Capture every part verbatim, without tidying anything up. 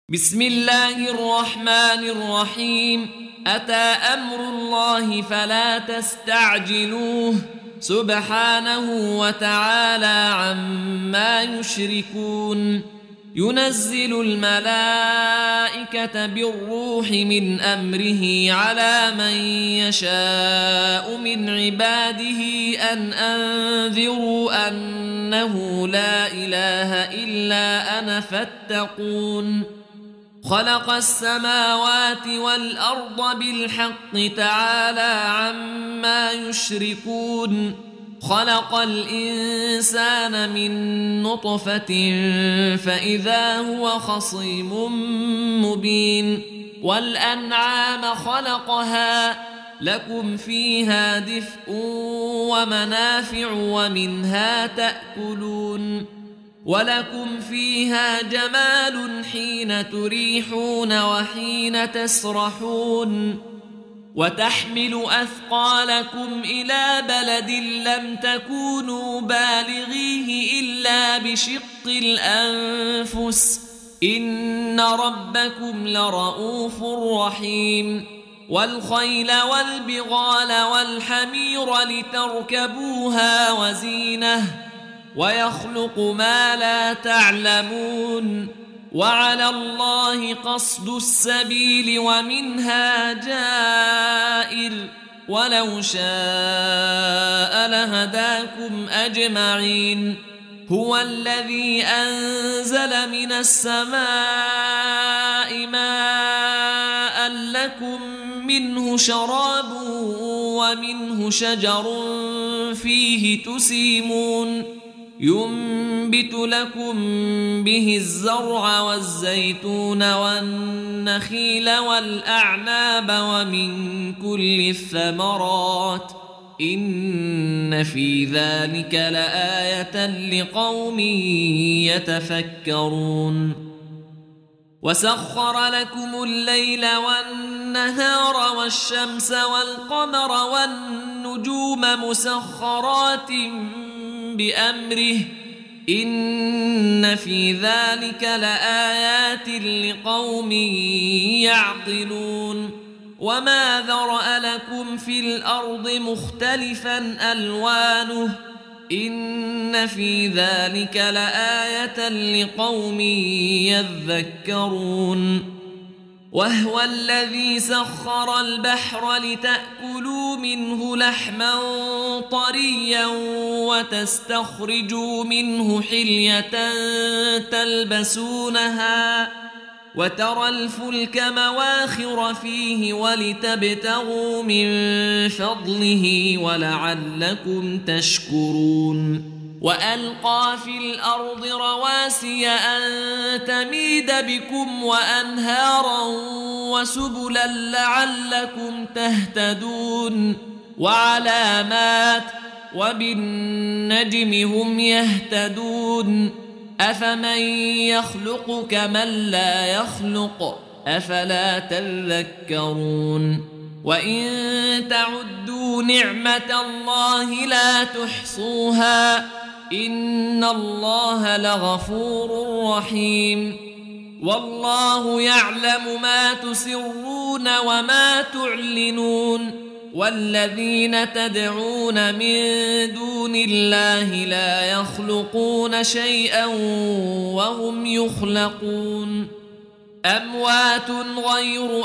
بسم الله الرحمن الرحيم. أتى أمر الله فلا تستعجلوه سبحانه وتعالى عما يشركون. ينزل الملائكة بالروح من أمره على من يشاء من عباده أن أنذروا أنه لا إله إلا أنا فاتقون. خلق السماوات والأرض بالحق تعالى عما يشركون. خلق الإنسان من نطفة فإذا هو خصيم مبين. والأنعام خلقها لكم فيها دفء ومنافع ومنها تأكلون. ولكم فيها جمال حين تريحون وحين تسرحون. وتحمل أثقالكم إلى بلد لم تكونوا بالغيه إلا بشق الأنفس إن ربكم لرؤوف رحيم. والخيل والبغال والحمير لتركبوها وزينة ويخلق ما لا تعلمون. وعلى الله قصد السبيل ومنها جائر ولو شاء لهداكم أجمعين. هو الذي أنزل من السماء ماء لكم منه شراب ومنه شجر فيه تسيمون. ينبت لكم به الزرع والزيتون والنخيل والأعناب ومن كل الثمرات إن في ذلك لآية لقوم يتفكرون. وسخر لكم الليل والنهار والشمس والقمر والنجوم مسخرات بأمره إن في ذلك لآيات لقوم يعقلون. وما ذرأ لكم في الأرض مختلفا ألوانه إن في ذلك لآية لقوم يذكرون. وهو الذي سخر البحر لتأكلوا منه لحما طريا وتستخرجوا منه حلية تلبسونها وترى الفلك مواخر فيه ولتبتغوا من فضله ولعلكم تشكرون. وألقى في الأرض رواسي أن تميد بكم وأنهارا وسبلا لعلكم تهتدون. وعلامات وبالنجم هم يهتدون. أفمن يخلق كمن لا يخلق أفلا تذكرون. وإن تعدوا نعمة الله لا تحصوها إن الله لغفور رحيم. والله يعلم ما تسرون وما تعلنون. والذين تدعون من دون الله لا يخلقون شيئا وهم يخلقون. أموات غير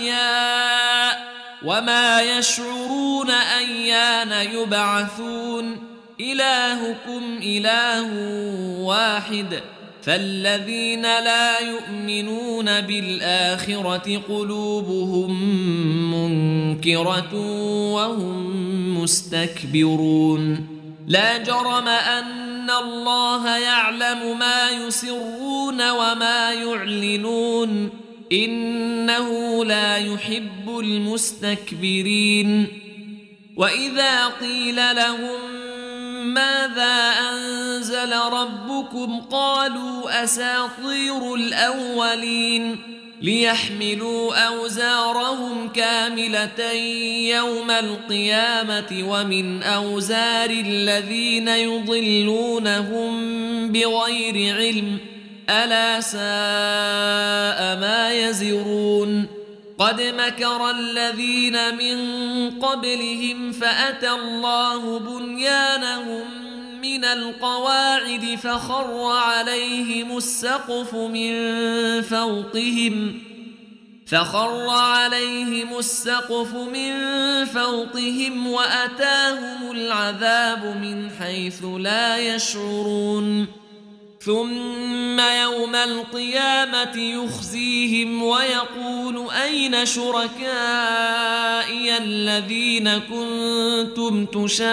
أحياء وما يشعرون أيان يبعثون. إلهكم إله واحد فالذين لا يؤمنون بالآخرة قلوبهم منكرة وهم مستكبرون. لا جرم أن الله يعلم ما يسرون وما يعلنون إنه لا يحب المستكبرين. وإذا قيل لهم ماذا أنزل ربكم قالوا أساطير الأولين ليحملوا أوزارهم كاملة يوم القيامة ومن أوزار الذين يضلونهم بغير علم ألا ساء يعتذرون قد مكر الذين من قبلهم فأتى الله بنيانهم من القواعد فخر عليهم السقف من فوقهم فخر عليهم السقف من فوقهم وأتاهم العذاب من حيث لا يشعرون ثم يوم القيامة يخزيهم ويقول أين شركائي الذين كنتم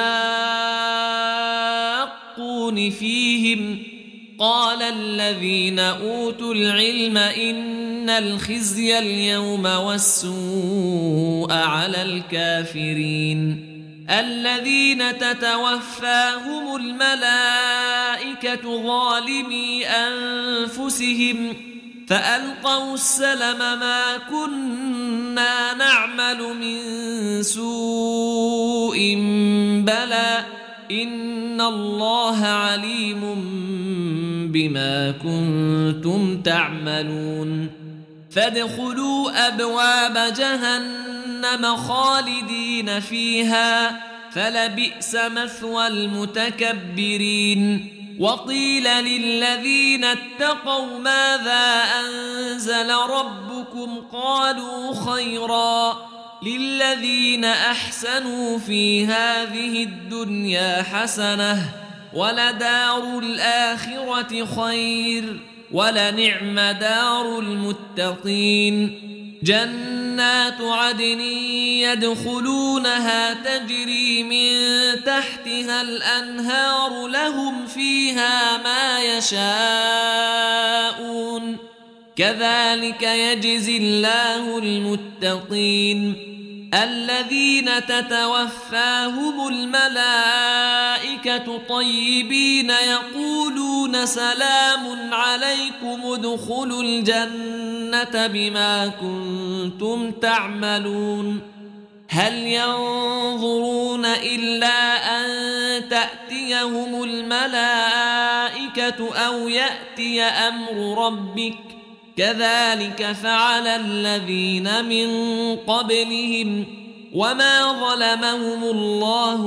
تشاقون فيهم قال الذين أوتوا العلم إن الخزي اليوم والسوء على الكافرين الذين تتوفاهم الملائكة ظالمي أنفسهم فألقوا السلم ما كنا نعمل من سوء بلى إن الله عليم بما كنتم تعملون فادخلوا أبواب جهنم خالدين فيها فلبئس مثوى المتكبرين وقيل للذين اتقوا ماذا أنزل ربكم قالوا خيرا للذين أحسنوا في هذه الدنيا حسنة ولدار الآخرة خير ولنعم دار المتقين جنات عدن يدخلونها تجري من تحتها الأنهار لهم فيها ما يشاءون كذلك يجزي الله المتقين الذين تتوفاهم الملائكة طيبين يقولون سلام عليكم ادخلوا الجنة بما كنتم تعملون هل ينظرون إلا أن تأتيهم الملائكة أو يأتي أمر ربك كذلك فعل الذين من قبلهم وما ظلمهم الله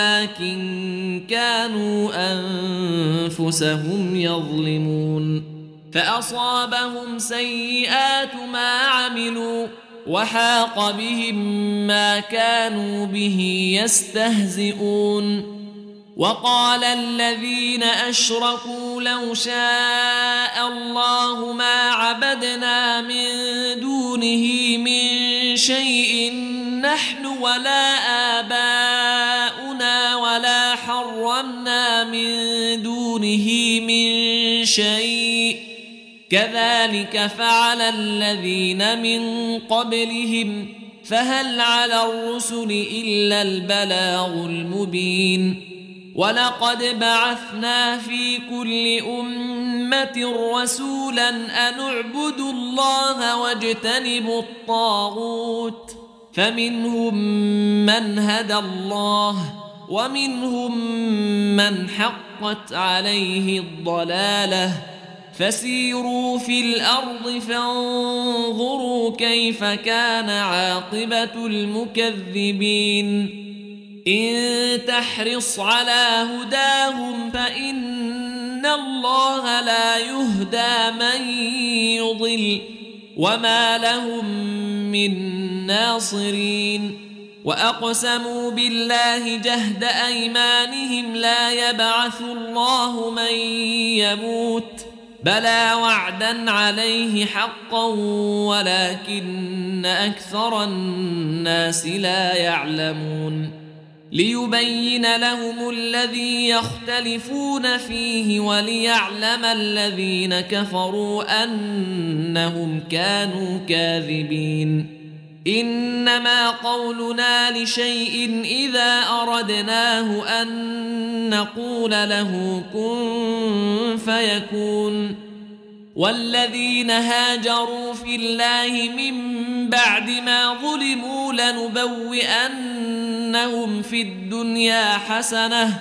ولكن كانوا أنفسهم يظلمون فأصابهم سيئات ما عملوا وحاق بهم ما كانوا به يستهزئون وقال الذين أشركوا لو شاء الله ما عبدنا من دونه من شيء نحن ولا آباؤنا ولا حرمنا من دونه من شيء كذلك فعل الذين من قبلهم فهل على الرسل إلا البلاغ المبين ولقد بعثنا في كل أمة رسولا أن اعبدوا الله واجتنبوا الطاغوت فمنهم من هدى الله ومنهم من حقت عليه الضلالة فسيروا في الأرض فانظروا كيف كان عاقبة المكذبين إن تحرص على هداهم فإن الله لا يهدى من يضل وما لهم من ناصرين وأقسموا بالله جهد أيمانهم لا يبعث الله من يموت بلى وعدا عليه حقا ولكن أكثر الناس لا يعلمون ليبين لهم الذي يختلفون فيه وليعلم الذين كفروا أنهم كانوا كاذبين إنما قولنا لشيء إذا أردناه أن نقول له كن فيكون والذين هاجروا في الله من بعد ما ظلموا لنبوئنهم في الدنيا حسنة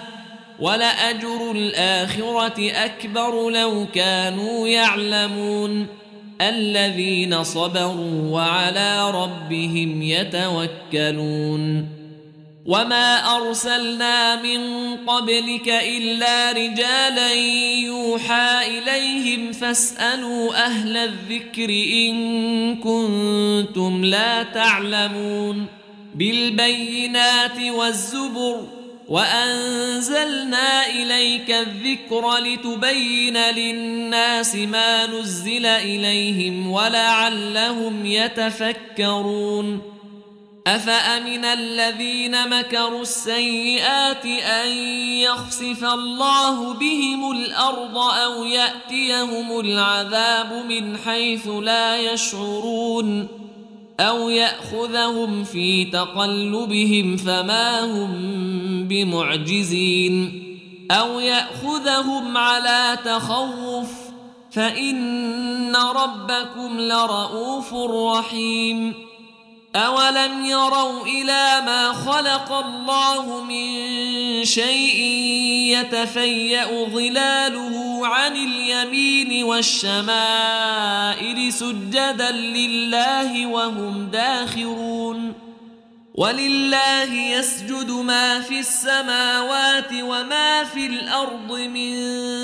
ولأجر الآخرة أكبر لو كانوا يعلمون الذين صبروا وعلى ربهم يتوكلون وما أرسلنا من قبلك إلا رجالا يوحى إليهم فاسألوا أهل الذكر إن كنتم لا تعلمون بالبينات والزبر وأنزلنا إليك الذكر لتبين للناس ما نزل إليهم ولعلهم يتفكرون أفأمن الذين مكروا السيئات أن يخسف الله بهم الأرض أو يأتيهم العذاب من حيث لا يشعرون أو يأخذهم في تقلبهم فما هم بمعجزين أو يأخذهم على تخوف فإن ربكم لرؤوف رحيم أولم يروا إلى ما خلق الله من شيء يتفيأ ظلاله عن اليمين والشمائل سجدا لله وهم داخرون ولله يسجد ما في السماوات وما في الأرض من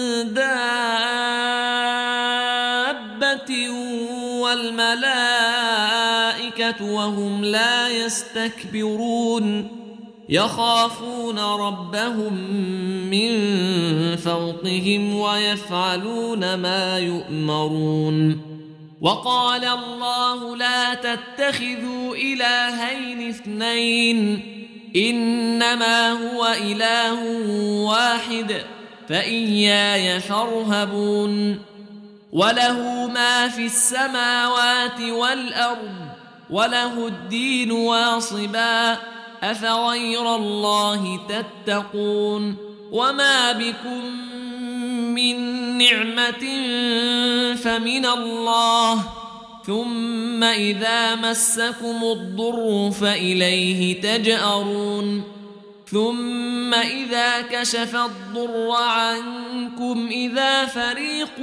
دابة والملائكة وهم لا يستكبرون يخافون ربهم من فوقهم ويفعلون ما يؤمرون وقال الله لا تتخذوا إلهين اثنين إنما هو إله واحد فإياي فارهبون وله ما في السماوات والأرض وله الدين واصبا أفغير الله تتقون وما بكم من نعمة فمن الله ثم إذا مسكم الضر فإليه تجأرون ثم إذا كشف الضر عنكم إذا فريق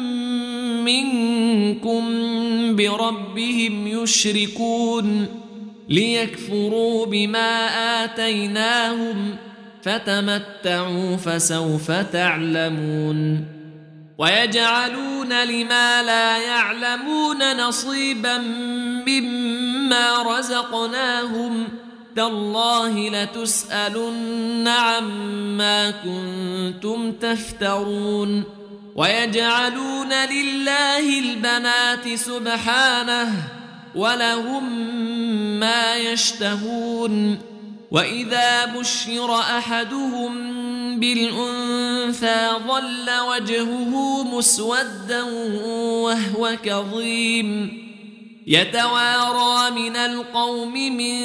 منكم بربهم يشركون ليكفروا بما آتيناهم فتمتعوا فسوف تعلمون ويجعلون لما لا يعلمون نصيبا مما رزقناهم تالله لتسألن عما كنتم تفترون ويجعلون لله البنات سبحانه ولهم ما يشتهون وإذا بشر أحدهم بالأنثى ظل وجهه مسودا وهو كظيم يتوارى من القوم من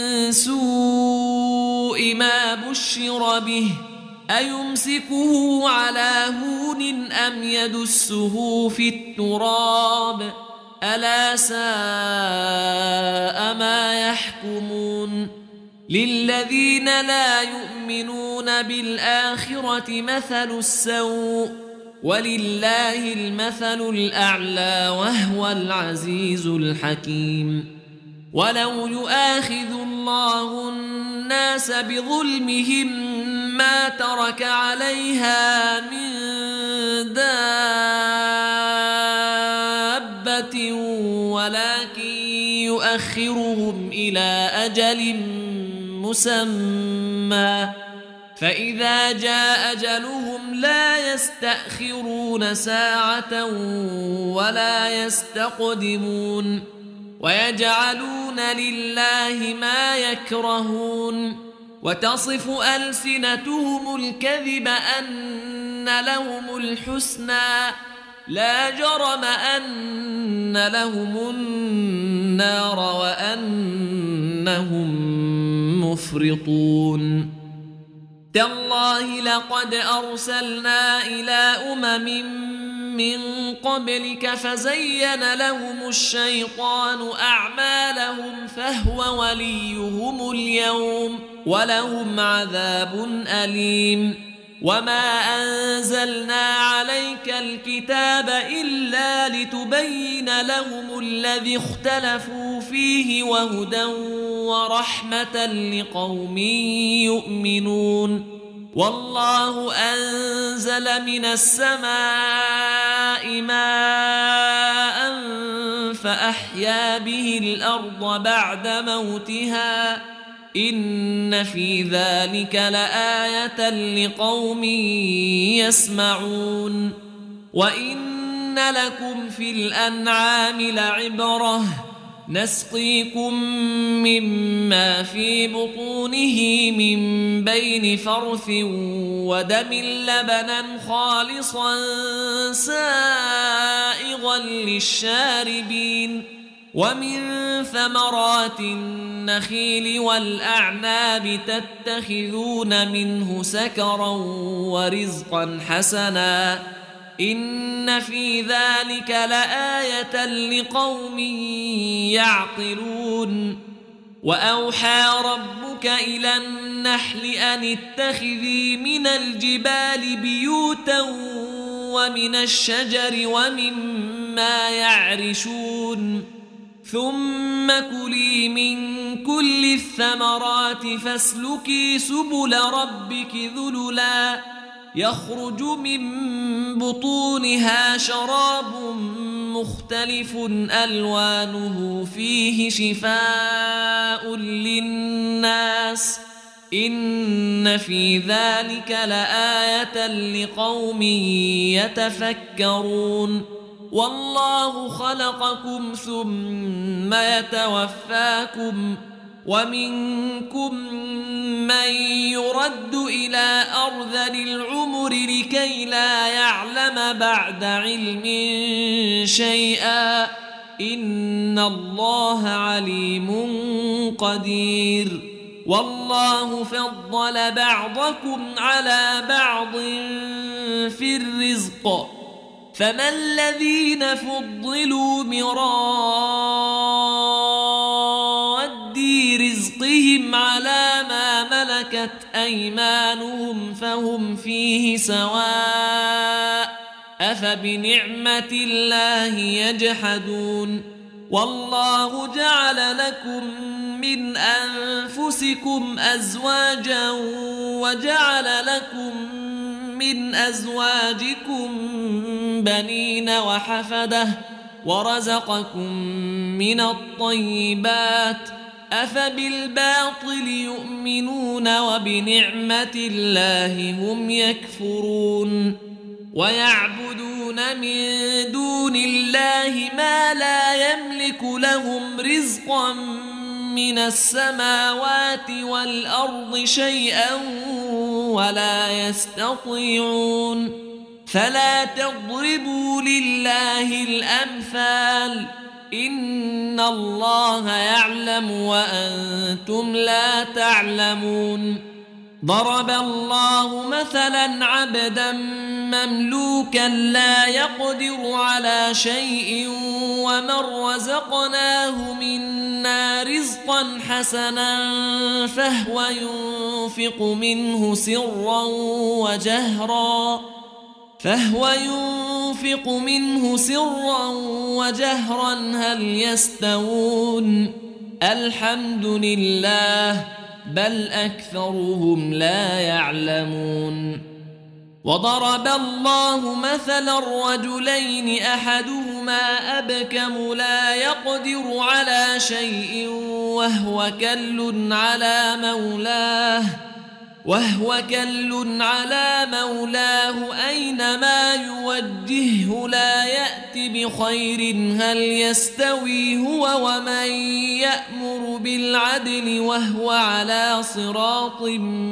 سوء ما بشر به أيمسكه على هون أم يدسه في التراب ألا ساء ما يحكمون للذين لا يؤمنون بالآخرة مثل السوء ولله المثل الأعلى وهو العزيز الحكيم ولو يؤاخذ الله الناس بظلمهم ما ترك عليها من دابة ولكن يؤخرهم إلى أجل مسمى فإذا جاء أجلهم لا يستأخرون ساعة ولا يستقدمون ويجعلون لله ما يكرهون وتصف ألسنتهم الكذب أن لهم الحسنى لا جرم أن لهم النار وأنهم مفرطون تالله لقد أرسلنا إلى أمم من قبلك فزين لهم الشيطان أعمالهم فهو وليهم اليوم ولهم عذاب أليم وما أنزلنا عليك الكتاب إلا لتبين لهم الذي اختلفوا فيه وهدى ورحمة لقوم يؤمنون والله أنزل من السماء ماء فأحيا به الأرض بعد موتها إن في ذلك لآية لقوم يسمعون وإن لكم في الأنعام لعبرة نسقيكم مما في بطونه من بين فرث ودم لبنا خالصا سائغا للشاربين ومن ثمرات النخيل والأعناب تتخذون منه سكرا ورزقا حسنا إن في ذلك لآية لقوم يعقلون وأوحى ربك إلى النحل أن اتخذي من الجبال بيوتا ومن الشجر ومما يعرشون ثم كلي من كل الثمرات فاسلكي سبل ربك ذللا يخرج من بطونها شراب مختلف ألوانه فيه شفاء للناس إن في ذلك لآية لقوم يتفكرون والله خلقكم ثم يتوفاكم ومنكم من يرد إلى أرذل العمر لكي لا يعلم بعد علم شيئا إن الله عليم قدير والله فضل بعضكم على بعض في الرزق فما الذين فضلوا مراد رزقهم على ما ملكت أيمانهم فهم فيه سواء أفبنعمة الله يجحدون والله جعل لكم من أنفسكم أزواجا وجعل لكم من أزواجكم بنين وحفدة ورزقكم من الطيبات أفبالباطل يؤمنون وبنعمة الله هم يكفرون ويعبدون من دون الله ما لا يملك لهم رزقا من السماوات والأرض شيئا ولا يستطيعون فلا تضربوا لله الأمثال إن الله يعلم وأنتم لا تعلمون ضرب الله مثلا عبدا مملوكا لا يقدر على شيء ومن رزقناه منا رزقا حسنا فهو ينفق منه سرا وجهرا فهو ينفق منه سرا وجهرا هل يستوون الحمد لله بل أكثرهم لا يعلمون وضرب الله مثلا رجلين أحدهما أبكم لا يقدر على شيء وهو كل على مولاه وهو كل على مولاه أينما يوجهه لا يأتي بخير هل يستوي هو ومن يأمر بالعدل وهو على صراط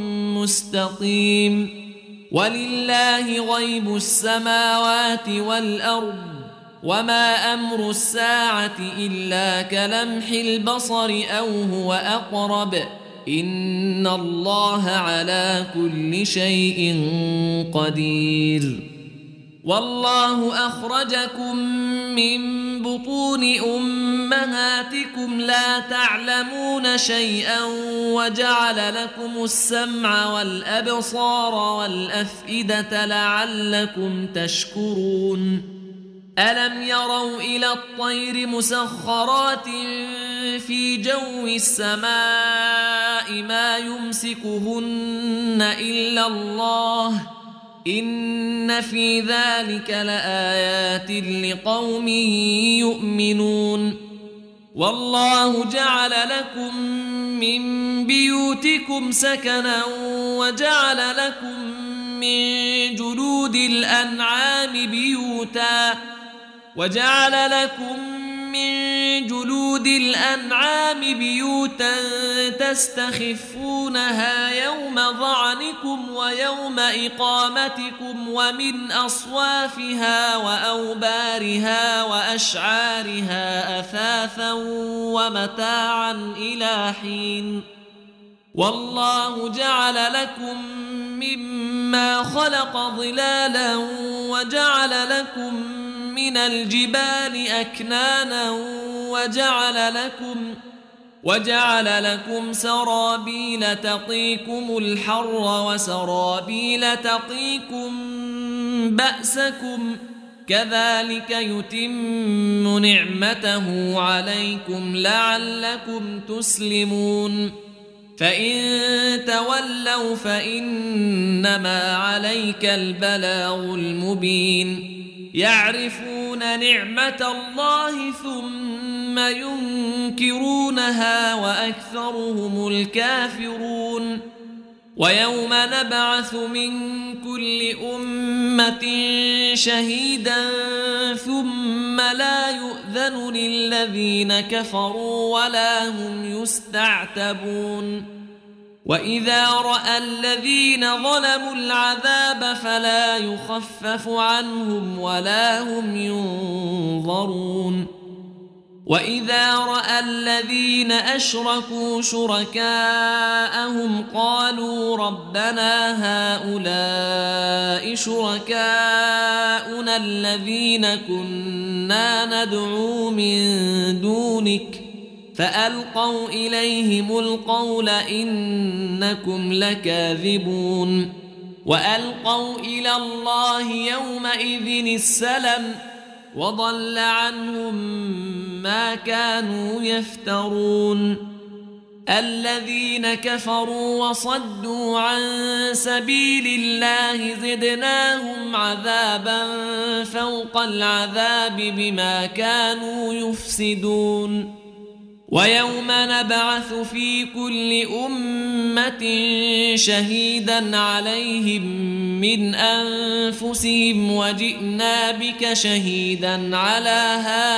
مستقيم ولله غيب السماوات والأرض وما أمر الساعة إلا كلمح البصر أو هو أقرب إن الله على كل شيء قدير والله أخرجكم من بطون أمهاتكم لا تعلمون شيئا وجعل لكم السمع والأبصار والأفئدة لعلكم تشكرون ألم يروا إلى الطير مسخرات في جو السماء ما يمسكهن إلا الله إن في ذلك لآيات لقوم يؤمنون والله جعل لكم من بيوتكم سكنا وجعل لكم من جلود الأنعام بيوتا وجعل لكم من جلود الأنعام بيوتا تستخفونها يوم ظعنكم ويوم إقامتكم ومن أصوافها وأوبارها وأشعارها أثاثا ومتاعا إلى حين والله جعل لكم مما خلق ظلالا وجعل لكم من الجبال أكنانا وجعل لكم وجعل لكم سرابيل تقيكم الحر وسرابيل تقيكم بأسكم كذلك يتم نعمته عليكم لعلكم تسلمون فإن تولوا فإنما عليك البلاغ المبين يعرفون نعمة الله ثم ينكرونها وأكثرهم الكافرون ويوم نبعث من كل أمة شهيدا ثم لا يؤذن للذين كفروا ولا هم يستعتبون وإذا رأى الذين ظلموا العذاب فلا يخفف عنهم ولا هم ينظرون وإذا رأى الذين أشركوا شركاءهم قالوا ربنا هؤلاء شركاؤنا الذين كنا ندعو من دونك فألقوا إليهم القول إنكم لكاذبون وألقوا إلى الله يومئذ السلم وضل عنهم ما كانوا يفترون الذين كفروا وصدوا عن سبيل الله زدناهم عذابا فوق العذاب بما كانوا يفسدون ويوم نبعث في كل أمة شهيدا عليهم من أنفسهم وجئنا بك شهيدا على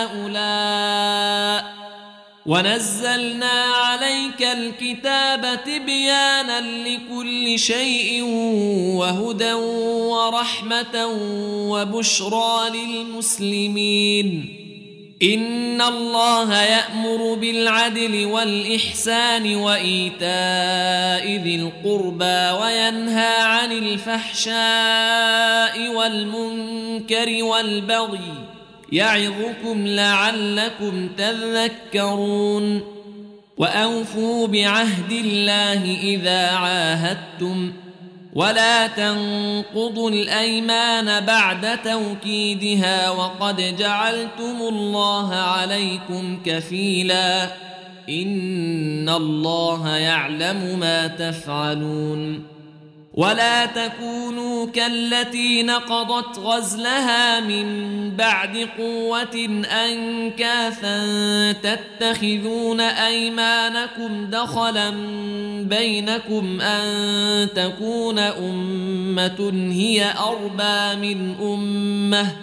هؤلاء ونزلنا عليك الكتاب تبيانا لكل شيء وهدى ورحمة وبشرى للمسلمين إن الله يأمر بالعدل والإحسان وإيتاء ذي القربى وينهى عن الفحشاء والمنكر والبغي يعظكم لعلكم تذكرون وأوفوا بعهد الله إذا عاهدتم ولا تنقضوا الأيمان بعد توكيدها وقد جعلتم الله عليكم كفيلا إن الله يعلم ما تفعلون ولا تكونوا كالتي نقضت غزلها من بعد قوة أنكاثا تتخذون أيمانكم دخلا بينكم أن تكون أمة هي أربى من أمة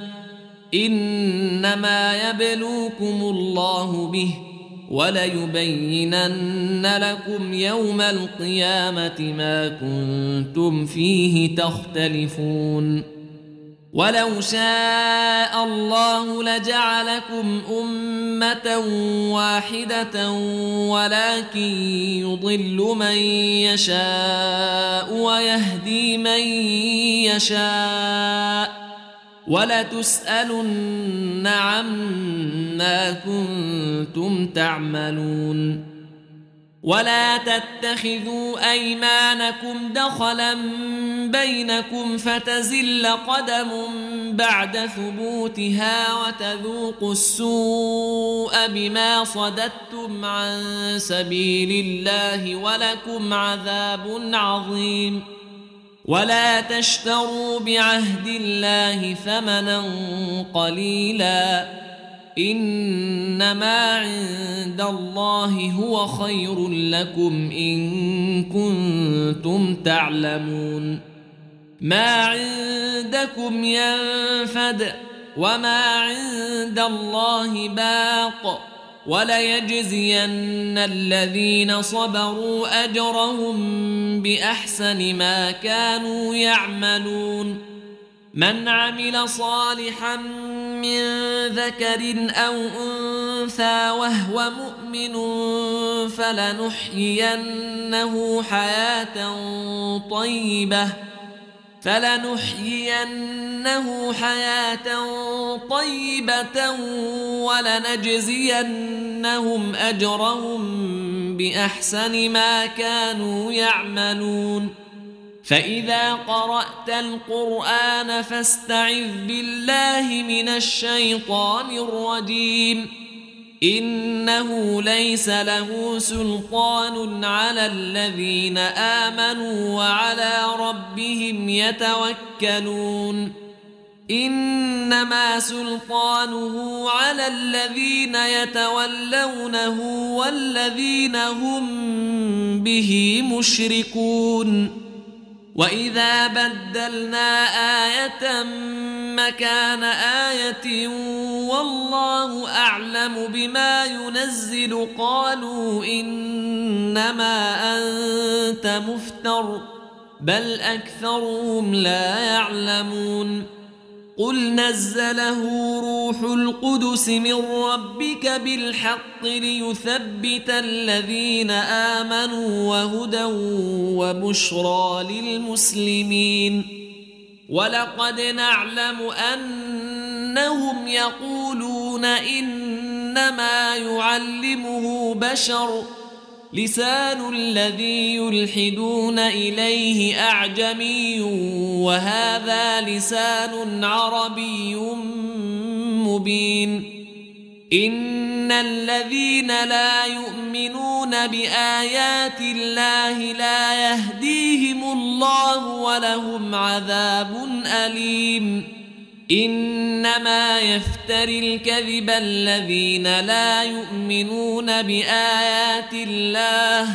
إنما يبلوكم الله به وليبينن لكم يوم القيامة ما كنتم فيه تختلفون ولو شاء الله لجعلكم أمة واحدة ولكن يضل من يشاء ويهدي من يشاء ولتسألن عما كنتم تعملون ولا تتخذوا أيمانكم دخلا بينكم فتزل قدم بعد ثبوتها وتذوقوا السوء بما صددتم عن سبيل الله ولكم عذاب عظيم ولا تشتروا بعهد الله ثمنا قليلا إنما عند الله هو خير لكم إن كنتم تعلمون ما عندكم ينفد وما عند الله باق وليجزين الذين صبروا أجرهم بأحسن ما كانوا يعملون من عمل صالحا من ذكر أو أنثى وهو مؤمن فلنحيينه حياة طيبة فلنحيينه حياة طيبة ولنجزينهم أجرهم بأحسن ما كانوا يعملون فإذا قرأت القرآن فاستعذ بالله من الشيطان الرجيم إنه ليس له سلطان على الذين آمنوا وعلى ربهم يتوكلون إنما سلطانه على الذين يتولونه والذين هم به مشركون وإذا بدلنا آية مكان آية والله أعلم بما ينزل قالوا إنما أنت مفتر بل أكثرهم لا يعلمون قل نزله روح القدس من ربك بالحق ليثبت الذين آمنوا وهدى وبشرى للمسلمين ولقد نعلم أنهم يقولون إنما يعلمه بشر لسان الذي يلحدون إليه أعجمي وهذا لسان عربي مبين إن الذين لا يؤمنون بآيات الله لا يهديهم الله ولهم عذاب أليم إنما يفتري الكذب الذين لا يؤمنون بآيات الله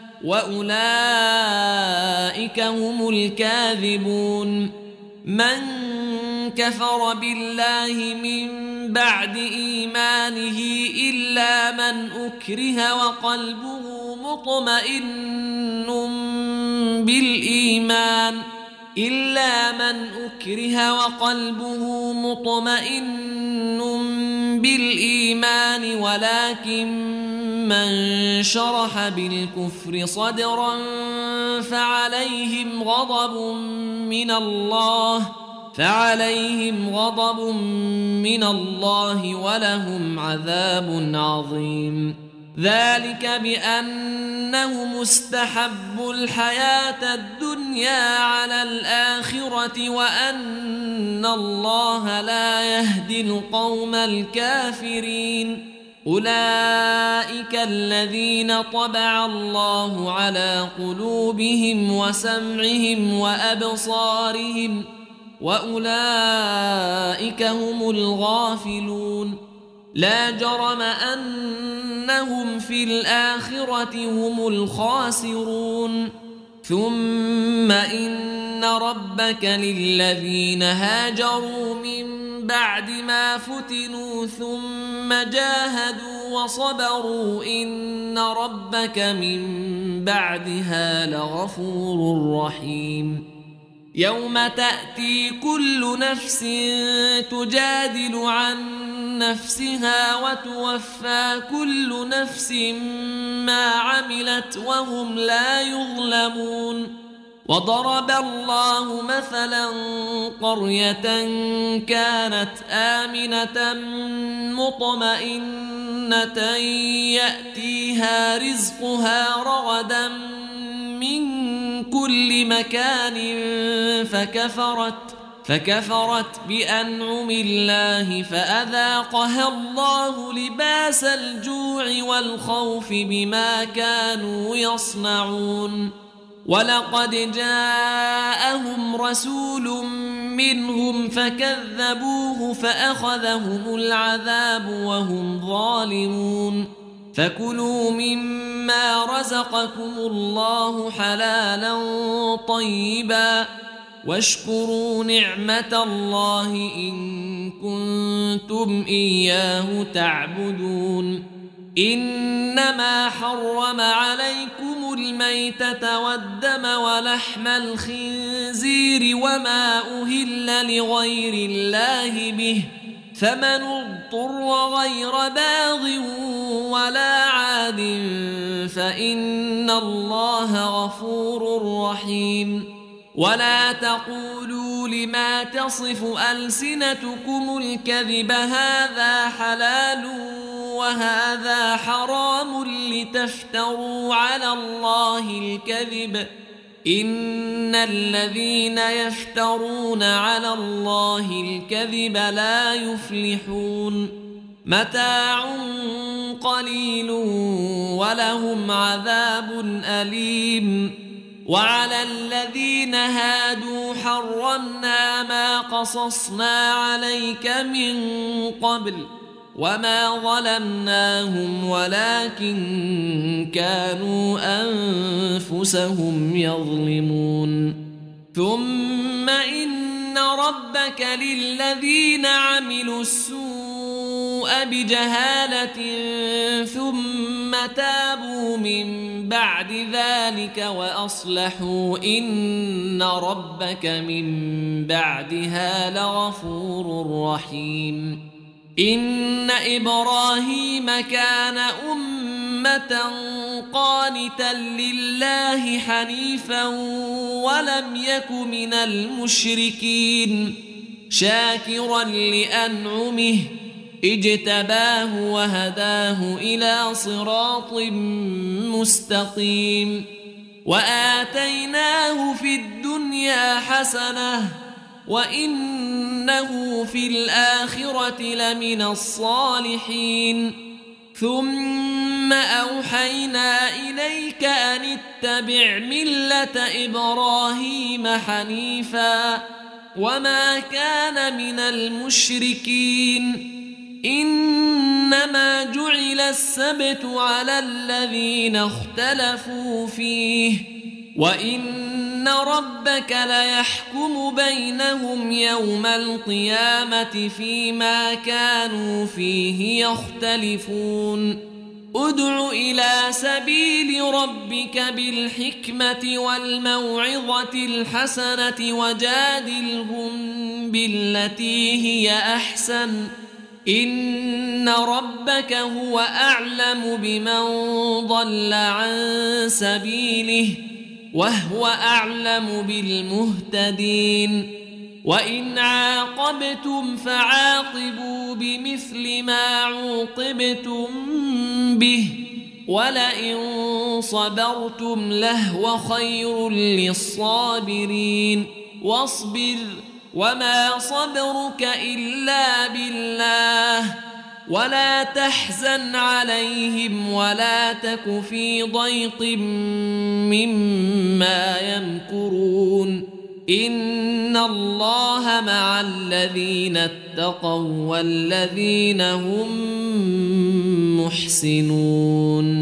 وأولئك هم الكاذبون من كفر بالله من بعد إيمانه إلا من أكره وقلبه مطمئن بالإيمان إلا من أكره وقلبه مطمئن بالإيمان ولكن من شرح بالكفر صدرا فعليهم غضب من الله فعليهم غضب من الله ولهم عذاب عظيم ذلك بأنه مستحب الحياة الدنيا على الآخرة وأن الله لا يهدي القوم الكافرين أولئك الذين طبع الله على قلوبهم وسمعهم وأبصارهم وأولئك هم الغافلون لا جرم أنهم في الآخرة هم الخاسرون ثم إن ربك للذين هاجروا من بعد ما فتنوا ثم جاهدوا وصبروا إن ربك من بعدها لغفور رحيم يوم تأتي كل نفس تجادل عن نفسها وتوفى كل نفس ما عملت وهم لا يظلمون وضرب الله مثلا قرية كانت آمنة مطمئنة يأتيها رزقها رغدا من كل مكان فكفرت فكفرت بأنعم الله فأذاقها الله لباس الجوع والخوف بما كانوا يصنعون ولقد جاءهم رسول منهم فكذبوه فأخذهم العذاب وهم ظالمون فكلوا مما رزقكم الله حلالا طيبا واشكروا نعمة الله إن كنتم إياه تعبدون إنما حرم عليكم الميتة والدم ولحم الخنزير وما أهل لغير الله به فمن اضطر غير باغ ولا عاد فإن الله غفور رحيم ولا تقولوا لما تصف ألسنتكم الكذب هذا حلال وهذا حرام لتفتروا على الله الكذب إن الذين يفترون على الله الكذب لا يفلحون متاع قليل ولهم عذاب أليم وعلى الذين هادوا حرمنا ما قصصنا عليك من قبل وما ظلمناهم ولكن كانوا أنفسهم يظلمون ثم إن ربك للذين عملوا السوء بجهالة ثم تابوا من بعد ذلك وأصلحوا إن ربك من بعدها لغفور رحيم إن إبراهيم كان أمة قانتا لله حنيفا ولم يك من المشركين شاكرا لأنعمه اجتباه وهداه إلى صراط مستقيم وآتيناه في الدنيا حسنة وإنه في الآخرة لمن الصالحين ثم أوحينا إليك أن اتبع ملة إبراهيم حنيفا وما كان من المشركين إنما جعل السبت على الذين اختلفوا فيه وإن ربك ليحكم بينهم يوم القيامة فيما كانوا فيه يختلفون ادع إلى سبيل ربك بالحكمة والموعظة الحسنة وجادلهم بالتي هي أحسن إن ربك هو أعلم بمن ضل عن سبيله وهو أعلم بالمهتدين وإن عاقبتم فعاقبوا بمثل ما عوقبتم به ولئن صبرتم لهو خير للصابرين واصبر وما صبرك إلا بالله ولا تحزن عليهم ولا تك في ضيق مما يمكرون إن الله مع الذين اتقوا والذين هم محسنون